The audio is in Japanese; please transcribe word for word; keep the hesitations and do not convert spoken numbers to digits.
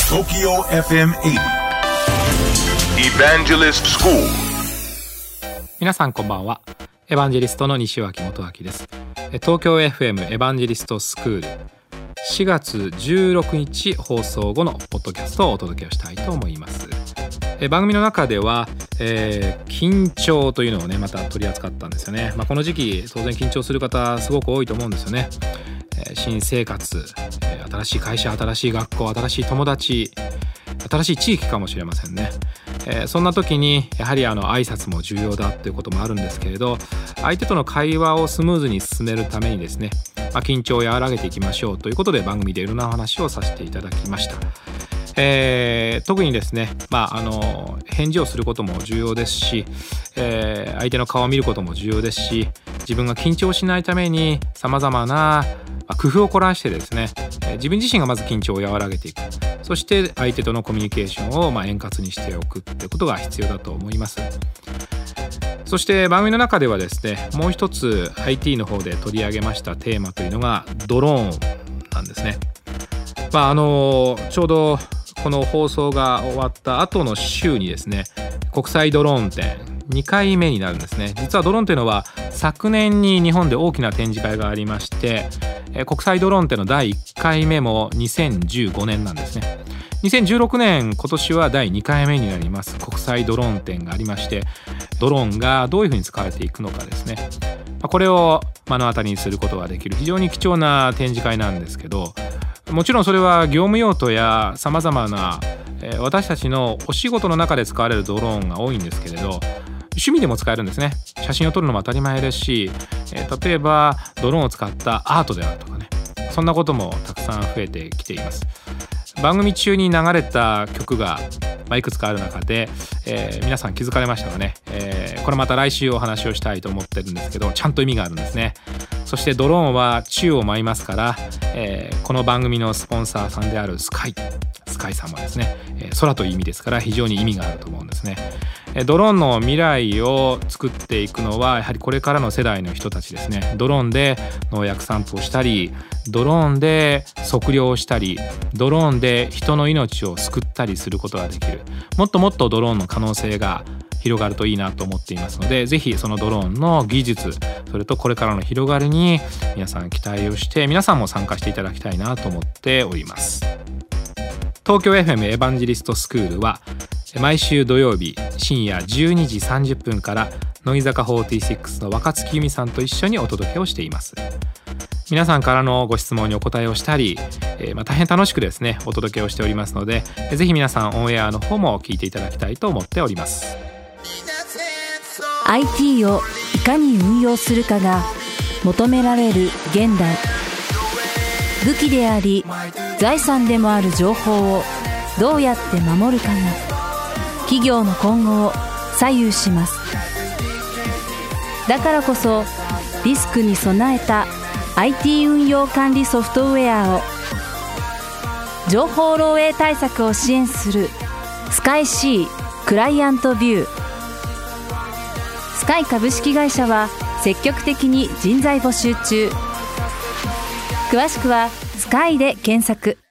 トキオ エフエムはちじゅう Evangelist School。 皆さんこんばんは。エヴァンジェリストの西脇元明です。東京 エフエム エヴァンジェリストスクールしがつじゅうろくにち放送後のポッドキャストをお届けをしたいと思います。え番組の中では、えー、緊張というのをねまた取り扱ったんですよね。まあ、この時期当然緊張する方すごく多いと思うんですよね。えー、新生活、えー、新しい会社、新しい学校、新しい友達、新しい地域かもしれませんね。えー、そんな時にやはりあの挨拶も重要だということもあるんですけれど、相手との会話をスムーズに進めるためにですね、まあ、緊張を和らげていきましょうということで番組でいろんなお話をさせていただきました。えー、特にですね、まあ、あの返事をすることも重要ですし、えー、相手の顔を見ることも重要ですし、自分が緊張しないためにさまざまな工夫を凝らしてですね、自分自身がまず緊張を和らげていく、そして相手とのコミュニケーションをまあ円滑にしておくということが必要だと思います。そして番組の中ではですね、もう一つ アイティー の方で取り上げましたテーマというのがドローンなんですね。まあ、あのちょうどこの放送が終わった後の週にですね、国際ドローン展にかいめになるんですね。実はドローンというのは昨年に日本で大きな展示会がありまして、国際ドローン展のだいいっかいめもにせんじゅうごねんなんですね。にせんじゅうろくねん、今年はだいにかいめになります国際ドローン展がありまして、ドローンがどういうふうに使われていくのかですね、これを目の当たりにすることができる非常に貴重な展示会なんですけど、もちろんそれは業務用途やさまざまな、えー、私たちのお仕事の中で使われるドローンが多いんですけれど、趣味でも使えるんですね。写真を撮るのも当たり前ですし、えー、例えばドローンを使ったアートであるとかね、そんなこともたくさん増えてきています。番組中に流れた曲が、まあ、いくつかある中で、えー、皆さん気づかれましたかね。えー、これまた来週お話をしたいと思ってるんですけど、ちゃんと意味があるんですね。そしてドローンは宙を舞いますから、えー、この番組のスポンサーさんであるスカイスカイさんはですね、えー、空という意味ですから非常に意味があると思うんですね。ドローンの未来を作っていくのはやはりこれからの世代の人たちですね。ドローンで農薬散布をしたり、ドローンで測量をしたり、ドローンで人の命を救ったりすることができる。もっともっとドローンの可能性が広がるといいなと思っていますので、ぜひそのドローンの技術、それとこれからの広がりに皆さん期待をして、皆さんも参加していただきたいなと思っております。東京 エフエム エヴァンジェリストスクールは毎週土曜日深夜じゅうにじさんじゅっぷんから乃木坂フォーティーシックスの若月由美さんと一緒にお届けをしています。皆さんからのご質問にお答えをしたり、えーまあ、大変楽しくですねお届けをしておりますので、ぜひ皆さんオンエアの方も聞いていただきたいと思っております。 アイティー をいかに運用するかが求められる現代。武器であり財産でもある情報をどうやって守るかが企業の今後を左右します。だからこそリスクに備えた アイティー 運用管理ソフトウェアを、情報漏洩対策を支援するスカイ C クライアントビュー。スカイ株式会社は積極的に人材募集中。詳しくはスカイで検索。